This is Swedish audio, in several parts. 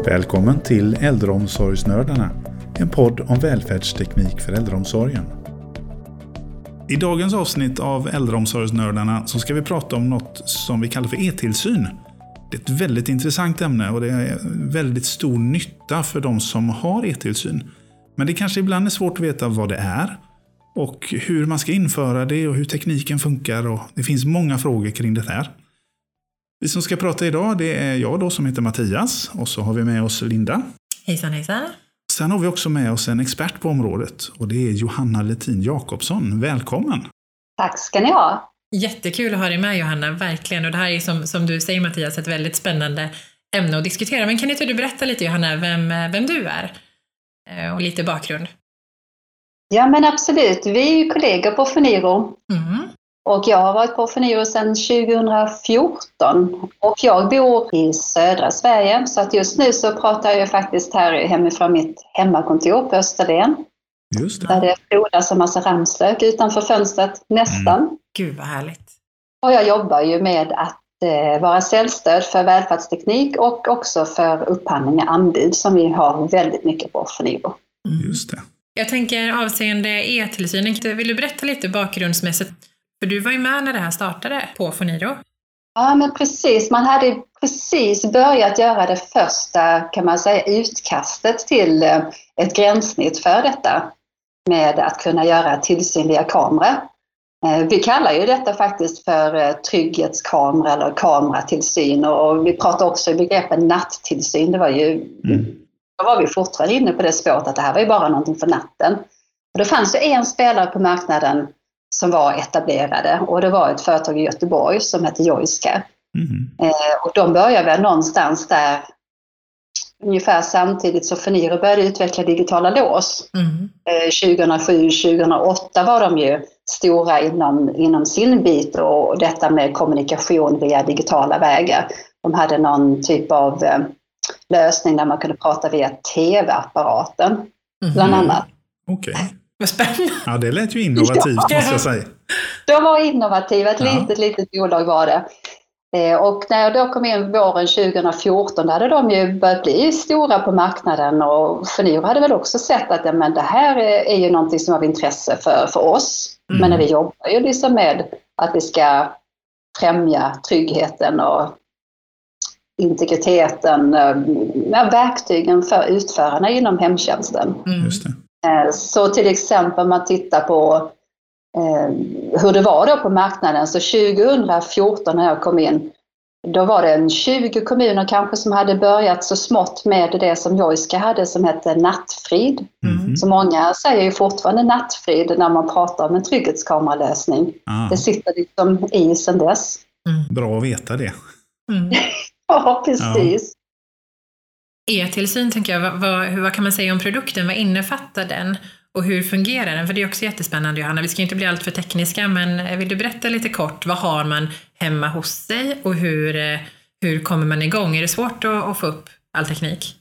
Välkommen till Äldreomsorgsnördarna, en podd om välfärdsteknik för äldreomsorgen. I dagens avsnitt av Äldreomsorgsnördarna så ska vi prata om något som vi kallar för e-tillsyn. Det är ett väldigt intressant ämne och det är väldigt stor nytta för de som har e-tillsyn. Men det kanske ibland är svårt att veta vad det är och hur man ska införa det och hur tekniken funkar, och det finns många frågor kring det här. Vi som ska prata idag, det är jag då som heter Mattias, och så har vi med oss Linda. Hejsan, hejsan. Sen har vi också med oss en expert på området, och det är Johanna Lettin Jakobsson. Välkommen! Tack ska ni ha! Jättekul att ha dig med, Johanna, verkligen. Och det här är som du säger, Mattias, ett väldigt spännande ämne att diskutera. Men kan inte du berätta lite, Johanna, vem du är och lite bakgrund? Ja, men absolut. Vi är ju kollegor på Phoniro. Och jag har varit på Phoniro sedan 2014 och jag bor i södra Sverige, så att just nu så pratar jag faktiskt här hemifrån mitt hemmakontor på Österlen. Just det. Där det frodas en massa ramslök utanför fönstret, nästan. Gud vad härligt. Och jag jobbar ju med att vara säljstöd för välfärdsteknik och också för upphandling och anbud som vi har väldigt mycket på Phoniro. Just det. Jag tänker avseende e-tillsynen, vill du berätta lite bakgrundsmässigt? För du var ju med när det här startade på Phoniro. Ja, men precis. Man hade precis börjat göra det första, kan man säga, utkastet till ett gränssnitt för detta med att kunna göra tillsyn via kamera. Vi kallar ju detta faktiskt för trygghetskamera eller kameratillsyn, och vi pratar också i begreppen nattillsyn. Det var ju, då var vi fortfarande inne på det spåret att det här var ju bara någonting för natten. Och det fanns ju en spelare på marknaden som var etablerade, och det var ett företag i Göteborg som hette Joyska. Och de började väl någonstans där ungefär samtidigt så Phoniro började utveckla digitala lås. 2007-2008 var de ju stora inom sin bit, och detta med kommunikation via digitala vägar. De hade någon typ av lösning där man kunde prata via tv-apparaten bland annat. Okej. Vad spännande. Ja, det lät ju innovativt, måste jag säga. De var innovativa, ett litet bolag var det. Och när jag då kom in våren 2014, då hade de ju börjat bli stora på marknaden, och Phoniro hade väl också sett att men det här är ju någonting som är av intresse för oss. Men när vi jobbar ju liksom med att vi ska främja tryggheten och integriteten, verktygen för utförarna inom hemtjänsten. Just det. Så till exempel om man tittar på hur det var då på marknaden, så 2014 när jag kom in, då var det 20 kommuner kanske som hade börjat så smått med det som Joyska hade som hette Nattfrid. Så många säger ju fortfarande Nattfrid när man pratar om en trygghetskameralösning. Det sitter liksom i sedan dess. Bra att veta det. Ja, precis. E-tillsyn, tänker jag, vad kan man säga om produkten? Vad innefattar den? Och hur fungerar den? För det är också jättespännande, Johanna. Vi ska inte bli allt för tekniska, men vill du berätta lite kort? Vad har man hemma hos sig och hur kommer man igång? Är det svårt att få upp all teknik?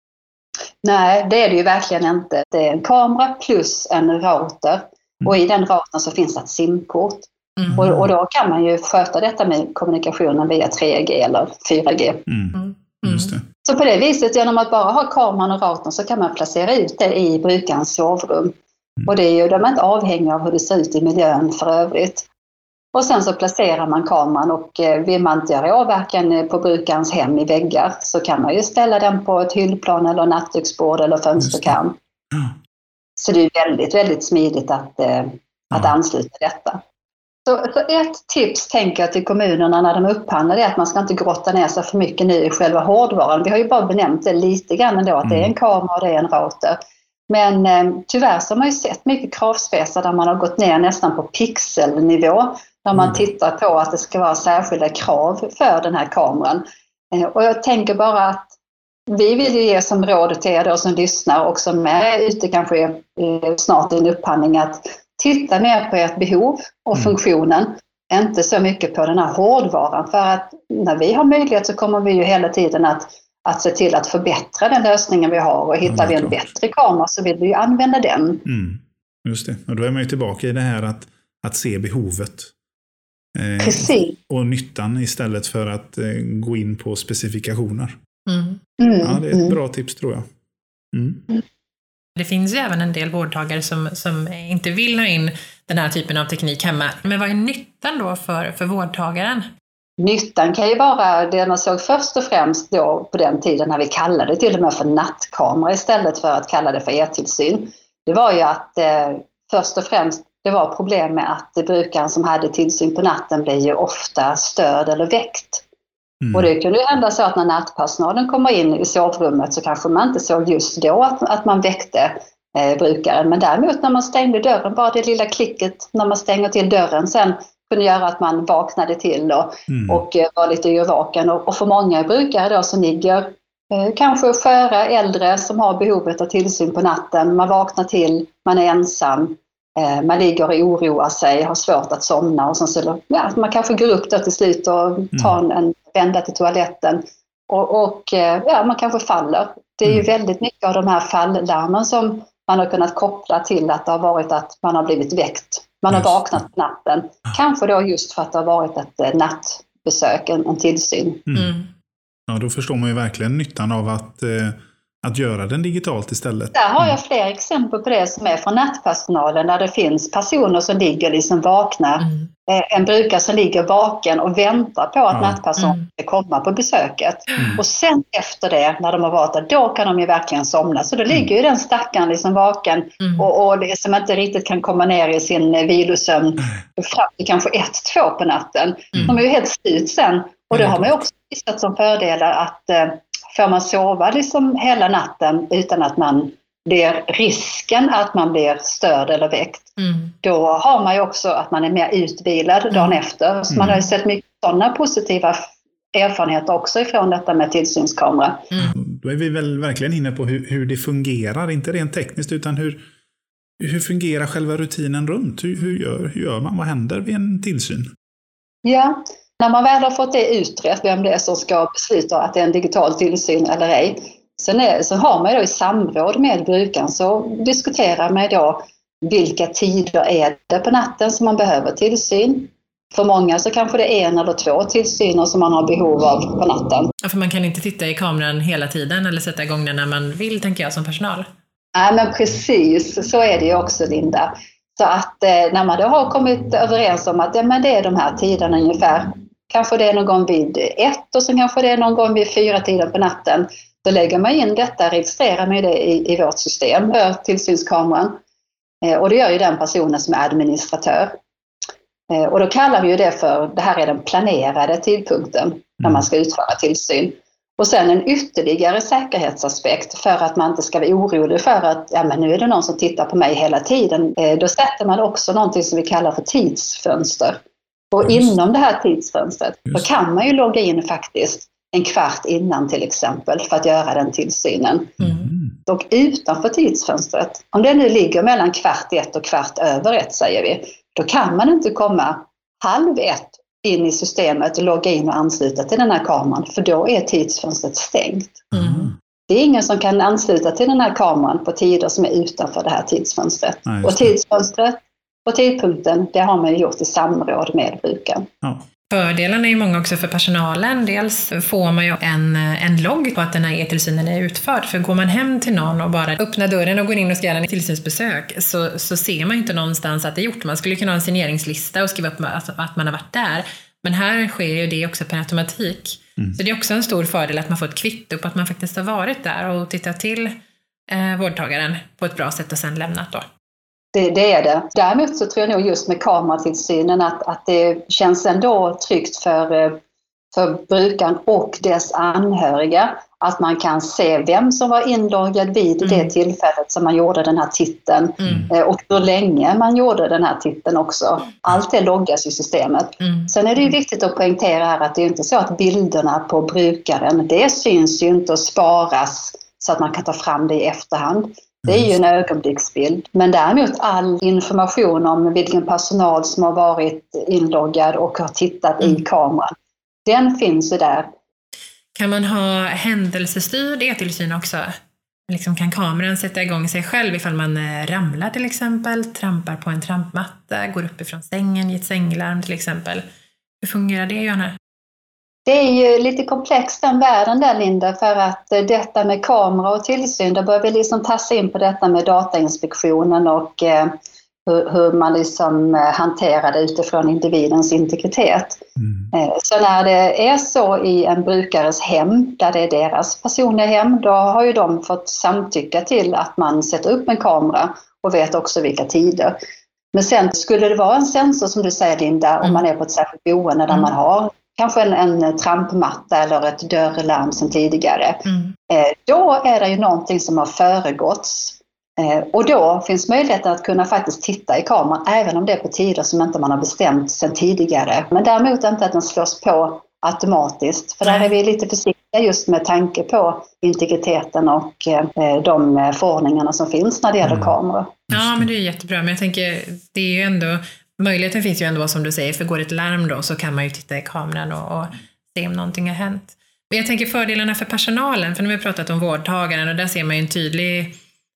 Nej, det är det ju verkligen inte. Det är en kamera plus en router. Och i den routern så finns det ett SIM-kort. Och då kan man ju sköta detta med kommunikationen via 3G eller 4G. Just det. Så på det viset, genom att bara ha kameran och routern, så kan man placera ut det i brukarens sovrum. Och det är ju, de är inte avhängiga av hur det ser ut i miljön för övrigt. Och sen så placerar man kameran, och vill man inte göra avverkan på brukarens hem i väggar, så kan man ju ställa den på ett hyllplan eller nattduksbord eller fönsterkarm. Så det är väldigt, väldigt smidigt att ansluta detta. Så ett tips tänker jag till kommunerna när de upphandlar är att man ska inte grotta ner sig för mycket nu i själva hårdvaran. Vi har ju bara benämnt det lite grann ändå, att det är en kamera och det är en router. Men tyvärr så har man ju sett mycket kravspecifikationer där man har gått ner nästan på pixelnivå. När man tittar på att det ska vara särskilda krav för den här kameran. Och jag tänker bara att vi vill ju ge som råd till er då som lyssnar och som är ute kanske snart i en upphandling, att titta mer på ert behov och funktionen, inte så mycket på den här hårdvaran. För att när vi har möjlighet så kommer vi ju hela tiden att se till att förbättra den lösningen vi har, och hittar vi en bättre kamera så vill vi ju använda den. Just det, och då är man ju tillbaka i det här att se behovet. Precis. Och nyttan istället för att gå in på specifikationer. Ja, det är ett bra tips tror jag. Det finns ju även en del vårdtagare som inte vill ha in den här typen av teknik hemma. Men vad är nyttan då för vårdtagaren? Nyttan kan ju vara det man såg först och främst då på den tiden när vi kallade det till och med för nattkamera istället för att kalla det för e-tillsyn. Det var ju att först och främst det var problem med att brukaren som hade tillsyn på natten blev ju ofta störd eller väckt. Och det kunde ju hända så att när nattpersonalen kommer in i sovrummet så kanske man inte såg just då att man väckte brukaren. Men däremot när man stängde dörren, bara det lilla klicket när man stänger till dörren sen kunde göra att man vaknade till och var lite yrvaken. Och för många brukare då som ligger kanske sköra äldre som har behovet av tillsyn på natten. Man vaknar till, man är ensam, man ligger och oroar sig, har svårt att somna och så man kanske går upp då till slut och tar en vända till toaletten och man kanske faller. Det är ju väldigt mycket av de här falllarmen som man har kunnat koppla till att det har varit att man har blivit väckt. Man har vaknat på natten. Kanske då just för att det har varit ett nattbesök, en tillsyn. Ja, då förstår man ju verkligen nyttan av att göra den digitalt istället. Där har jag fler exempel på det som är från nattpersonalen där det finns personer som ligger liksom vakna. En brukare som ligger vaken och väntar på att nattpersonen ska komma på besöket. Och sen efter det, när de har varit där, då kan de ju verkligen somna. Så då ligger ju den stackaren liksom vaken och det som inte riktigt kan komma ner i sin vilosömn fram till kanske 1-2 på natten. De är ju helt slut sen. Och det har man ju också visat som fördelar att får man sova liksom hela natten utan att man blir risken att man blir störd eller väckt. Då har man ju också att man är mer utvilad dagen efter. Så man har ju sett mycket sådana positiva erfarenheter också ifrån detta med tillsynskamera. Då är vi väl verkligen inne på hur det fungerar, inte rent tekniskt utan hur fungerar själva rutinen runt? Hur gör man? Vad händer vid en tillsyn? Ja, när man väl har fått det utrett, vem det är som ska besluta att det är en digital tillsyn eller ej, så har man då i samråd med brukaren så diskuterar man då vilka tider är det på natten som man behöver tillsyn. För många så kanske det är 1 eller 2 tillsyner som man har behov av på natten. Ja, för man kan inte titta i kameran hela tiden eller sätta igång den när man vill, tänker jag som personal. Nej, men precis, så är det ju också, Linda. Så att när man då har kommit överens om att men det är de här tiderna ungefär, kanske det är någon gång vid 1 och sen kanske det är någon gång vid 4-tiden på natten. Då lägger man in detta, registrerar man det i vårt system, tillsynskameran. Och det gör ju den personen som är administratör. Och då kallar vi ju det för, det här är den planerade tidpunkten när man ska utföra tillsyn. Och sen en ytterligare säkerhetsaspekt för att man inte ska vara orolig för att men nu är det någon som tittar på mig hela tiden. Då sätter man också någonting som vi kallar för tidsfönster. Och inom det här tidsfönstret då kan man ju logga in faktiskt 1/4 innan till exempel för att göra den tillsynen. Och utanför tidsfönstret, om det nu ligger mellan 1:15 och 1:15 säger vi, då kan man inte komma 1:30 in i systemet och logga in och ansluta till den här kameran, för då är tidsfönstret stängt. Det är ingen som kan ansluta till den här kameran på tider som är utanför det här tidsfönstret. Och tidsfönstret och tidpunkten, det har man ju gjort i samråd med brukaren. Fördelarna är ju många också för personalen. Dels får man ju en logg på att den här e-tillsynen är utförd. För går man hem till någon och bara öppnar dörren och går in och ska göra en tillsynsbesök så ser man inte någonstans att det är gjort. Man skulle kunna ha en signeringslista och skriva upp att man har varit där. Men här sker ju det också per automatik. Så det är också en stor fördel att man får ett kvitto på att man faktiskt har varit där och tittat till vårdtagaren på ett bra sätt och sen lämnat då. Det är det. Däremot så tror jag nog just med kameratillsynen att det känns ändå tryggt för brukaren och dess anhöriga att man kan se vem som var inloggad vid det tillfället som man gjorde den här titeln och hur länge man gjorde den här titeln också. Allt det loggas i systemet. Sen är det ju viktigt att poängtera här att det är inte så att bilderna på brukaren, det syns ju inte och sparas så att man kan ta fram det i efterhand. Det är ju en ögonblicksbild. Men däremot all information om vilken personal som har varit inloggad och har tittat i kameran, den finns ju där. Kan man ha händelsestyrd e-tillsyn också? Liksom kan kameran sätta igång sig själv ifall man ramlar till exempel, trampar på en trampmatta, går upp ifrån sängen i ett sänglarm till exempel. Hur fungerar det, Johanna? Det är ju lite komplext den världen där, Linda, för att detta med kamera och tillsyn, då bör vi liksom tassa in på detta med Datainspektionen och hur man liksom hanterar det utifrån individens integritet. Så när det är så i en brukares hem, där det är deras personliga hem, då har ju de fått samtycka till att man sätter upp en kamera och vet också vilka tider. Men sen skulle det vara en sensor, som du säger, Linda, om man är på ett särskilt boende där man har kanske en trampmatta eller ett dörrlarm sedan tidigare. Då är det ju någonting som har föregåtts. Och då finns möjligheten att kunna faktiskt titta i kameran, även om det är på tider som inte man har bestämt sedan tidigare. Men däremot inte att den slås på automatiskt. För där är vi lite försiktiga just med tanke på integriteten och de förordningarna som finns när det gäller kameror. Ja, men det är jättebra. Men jag tänker, det är ju ändå, möjligheten finns ju ändå, som du säger, för går ett larm då så kan man ju titta i kameran och se om någonting har hänt. Men jag tänker fördelarna för personalen, för nu har vi pratat om vårdtagaren och där ser man ju en tydlig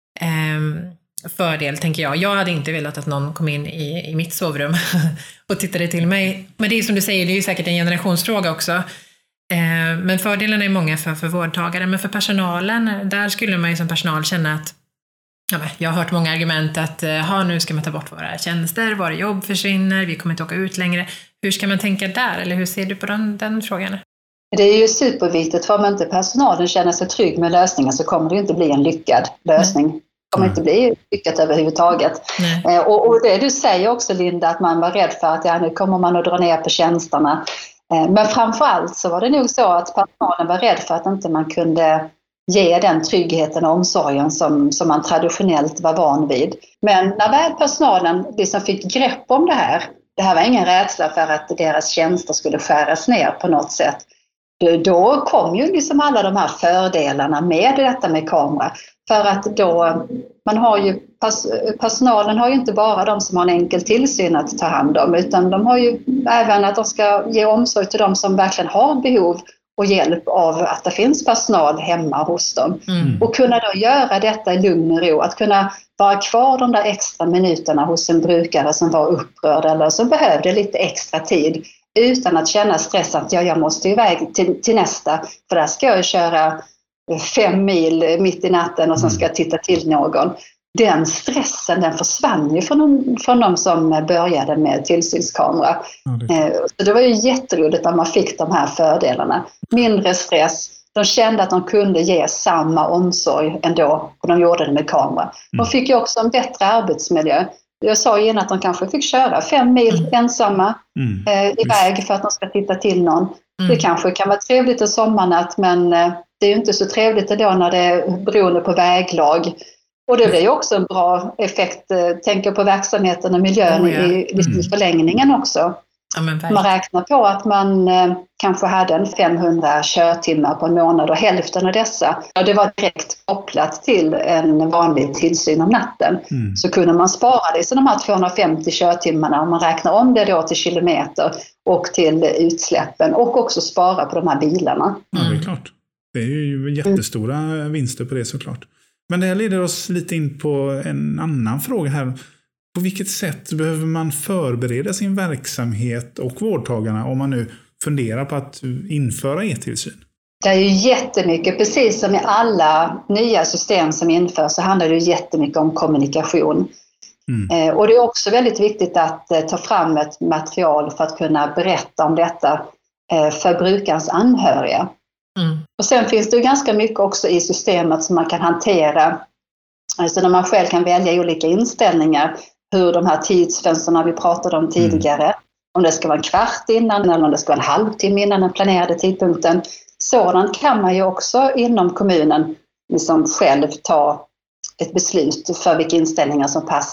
fördel, tänker jag. Jag hade inte velat att någon kom in i mitt sovrum och tittade till mig. Men det är som du säger, det är ju säkert en generationsfråga också. Men fördelarna är många för vårdtagare. Men för personalen, där skulle man ju som personal känna att jag har hört många argument att nu ska man ta bort våra tjänster, våra jobb försvinner, vi kommer inte åka ut längre. Hur ska man tänka där? Eller hur ser du på den frågan? Det är ju superviktigt, för om inte personalen känner sig trygg med lösningen så kommer det inte bli en lyckad lösning. Det kommer inte bli lyckat överhuvudtaget. Och det du säger också, Linda, att man var rädd för att nu kommer man att dra ner på tjänsterna. Men framförallt så var det nog så att personalen var rädd för att inte man kunde ge den tryggheten och omsorgen som man traditionellt var van vid. Men när väl personalen liksom fick grepp om det här var ingen rädsla för att deras tjänster skulle skäras ner på något sätt. Då kom ju liksom alla de här fördelarna med detta med kamera. För att då, personalen har ju inte bara de som har en enkel tillsyn att ta hand om, utan de har ju även att de ska ge omsorg till de som verkligen har behov och hjälp av att det finns personal hemma hos dem. Och kunna då göra detta i lugn och ro, att kunna vara kvar de där extra minuterna hos en brukare som var upprörd eller som behövde lite extra tid, utan att känna stress att jag måste iväg till nästa, för där ska jag köra 5 mil mitt i natten och sen ska jag titta till någon. Den stressen, den försvann ju från de som började med tillsynskamera. Så det var ju jätteroligt att man fick de här fördelarna. Mindre stress, de kände att de kunde ge samma omsorg ändå, och de gjorde det med kamera. De fick ju också en bättre arbetsmiljö. Jag sa innan att de kanske fick köra 5 mil ensamma iväg för att de ska titta till någon. Det kanske kan vara trevligt i sommarnatt, men det är ju inte så trevligt idag när det är beroende på väglag. Och det blir ju också en bra effekt, tänker på verksamheten och miljön i förlängningen också. Ja, man räknar på att man kanske hade en 500 körtimmar på en månad, och hälften av dessa, det var direkt kopplat till en vanlig tillsyn om natten. Så kunde man spara det, så de här 250 körtimmarna, om man räknar om det då till kilometer och till utsläppen, och också spara på de här bilarna. Ja, det är klart. Det är ju jättestora vinster på det, såklart. Men det här leder oss lite in på en annan fråga här. På vilket sätt behöver man förbereda sin verksamhet och vårdtagarna om man nu funderar på att införa e-tillsyn? Det är ju jättemycket, precis som i alla nya system som införs så handlar det ju jättemycket om kommunikation. Och det är också väldigt viktigt att ta fram ett material för att kunna berätta om detta för brukarens anhöriga. Och sen finns det ju ganska mycket också i systemet som man kan hantera, alltså när man själv kan välja olika inställningar, hur de här tidsfönsterna vi pratade om tidigare, om det ska vara en kvart innan eller om det ska vara en halvtimme innan den planerade tidpunkten. Sådant kan man ju också inom kommunen liksom själv ta ett beslut för vilka inställningar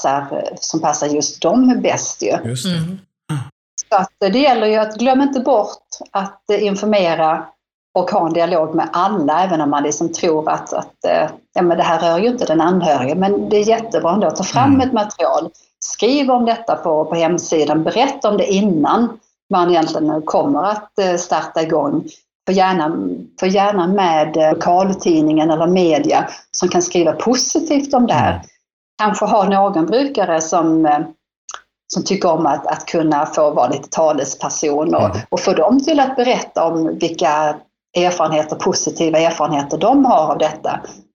som passar just dem bäst ju. Just det. Så att det gäller ju att glömma inte bort att informera och ha en dialog med alla, även om man liksom tror att men det här rör ju inte den anhöriga. Men det är jättebra ändå att ta fram ett material. Skriv om detta på hemsidan. Berätta om det innan man egentligen kommer att starta igång. För gärna med lokaltidningen eller media som kan skriva positivt om det här. Kanske ha någon brukare som som tycker om att kunna få vara lite talesperson och få dem till att berätta om vilka positiva erfarenheter de har av detta.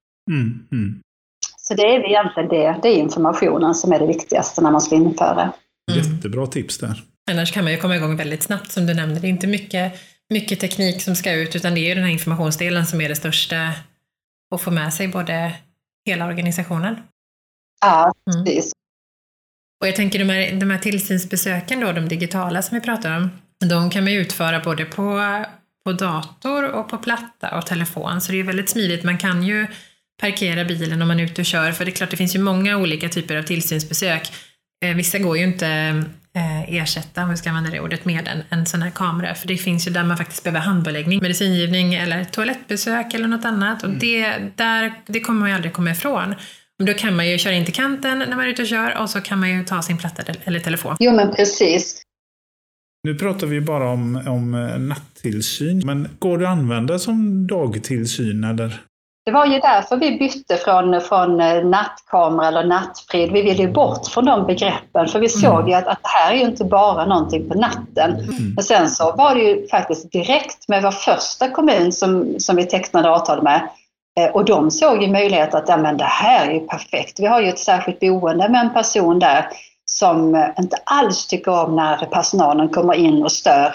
Så det är egentligen det är informationen som är det viktigaste när man ska införa. Jättebra tips där. Annars kan man ju komma igång väldigt snabbt som du nämnde. Det är inte mycket teknik som ska ut, utan det är ju den här informationsdelen som är det största, och få med sig både hela organisationen. Ja, precis. Och jag tänker de här tillsynsbesöken då, de digitala som vi pratar om, de kan man ju utföra både på dator och på platta och telefon. Så det är ju väldigt smidigt. Man kan ju parkera bilen om man är ute och kör, för det är klart det finns ju många olika typer av tillsynsbesök. Vissa går ju inte ersätta, om vi ska använda det ordet, med en sån här kamera. För det finns ju där man faktiskt behöver handbeläggning, medicingivning eller toalettbesök eller något annat. Och det kommer man ju aldrig komma ifrån. Och då kan man ju köra in till kanten när man är ute och kör, och så kan man ju ta sin platta eller telefon. Jo, men precis. Nu pratar vi bara om nattillsyn, men går det att använda som dagtillsyn eller? Det var ju därför vi bytte från nattkamera eller nattfrid. Vi ville ju bort från de begreppen, för vi såg ju att det här är ju inte bara någonting på natten. Och sen så var det ju faktiskt direkt med vår första kommun som vi tecknade avtal med. Och de såg ju möjlighet att men det här är ju perfekt. Vi har ju ett särskilt boende med en person där som inte alls tycker om när personalen kommer in och stör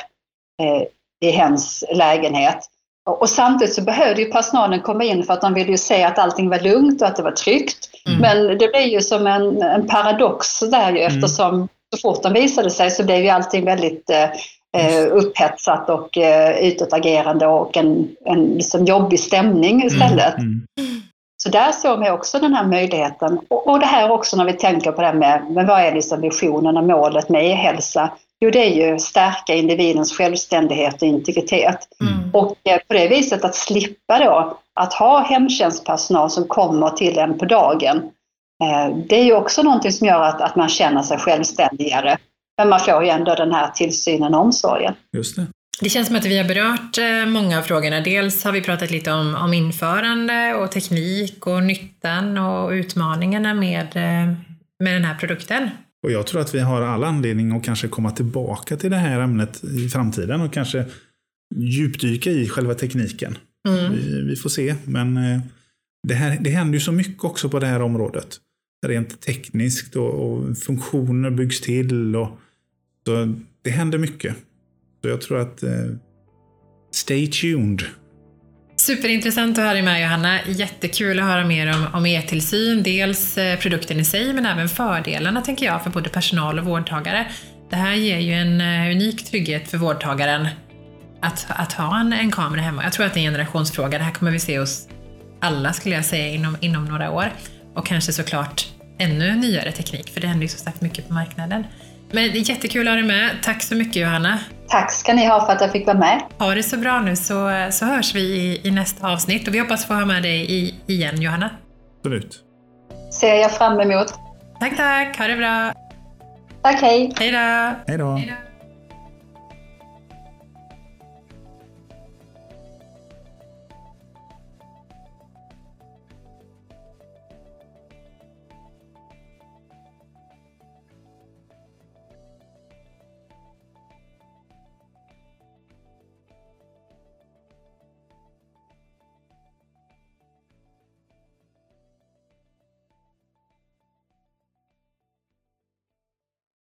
i hens lägenhet. Och samtidigt så behövde ju personalen komma in för att de ville ju se att allting var lugnt och att det var tryggt. Men det blev ju som en paradox där ju, eftersom så fort de visade sig så blev ju allting väldigt upphetsat och utåtagerande och en liksom jobbig stämning istället. Så där såg vi också den här möjligheten. Och det här också när vi tänker på det med vad är liksom visionen och målet med e-hälsa? Jo, det är ju stärka individens självständighet och integritet. Och på det viset att slippa då att ha hemtjänstpersonal som kommer till en på dagen. Det är ju också någonting som gör att man känner sig självständigare. Men man får ju ändå den här tillsynen och omsorgen. Just det. Det känns som att vi har berört många av frågorna. Dels har vi pratat lite om införande och teknik och nyttan och utmaningarna med den här produkten. Och jag tror att vi har alla anledning att kanske komma tillbaka till det här ämnet i framtiden och kanske djupdyka i själva tekniken. Vi får se, men det händer ju så mycket också på det här området. Rent tekniskt och funktioner byggs till och så det händer mycket. Så jag tror att stay tuned. Superintressant att höra dig med, Johanna. Jättekul att höra mer om e-tillsyn. Dels produkten i sig, men även fördelarna, tänker jag, för både personal och vårdtagare. Det här ger ju en unik trygghet för vårdtagaren att ha en kamera hemma. Jag tror att det är en generationsfråga. Det här kommer vi se hos alla, skulle jag säga, inom några år. Och kanske såklart ännu nyare teknik, för det händer ju så starkt mycket på marknaden. Men det är jättekul att ha dig med. Tack så mycket, Johanna. Tack ska ni ha för att jag fick vara med. Ha det så bra nu, så hörs vi i nästa avsnitt. Och vi hoppas få ha med dig igen, Johanna. Absolut. Ser jag fram emot. Tack. Ha det bra. Tack, hej. Hej då. Hej då.